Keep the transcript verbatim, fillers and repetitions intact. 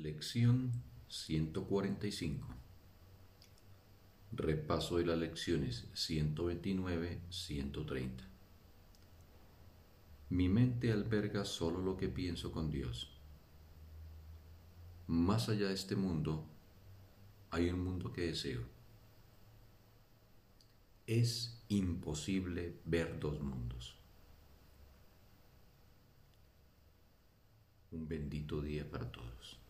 Lección ciento cuarenta y cinco. Repaso de las lecciones ciento veintinueve a ciento treinta. Mi mente alberga solo lo que pienso con Dios. Más allá de este mundo, hay un mundo que deseo. Es imposible ver dos mundos. Un bendito día para todos.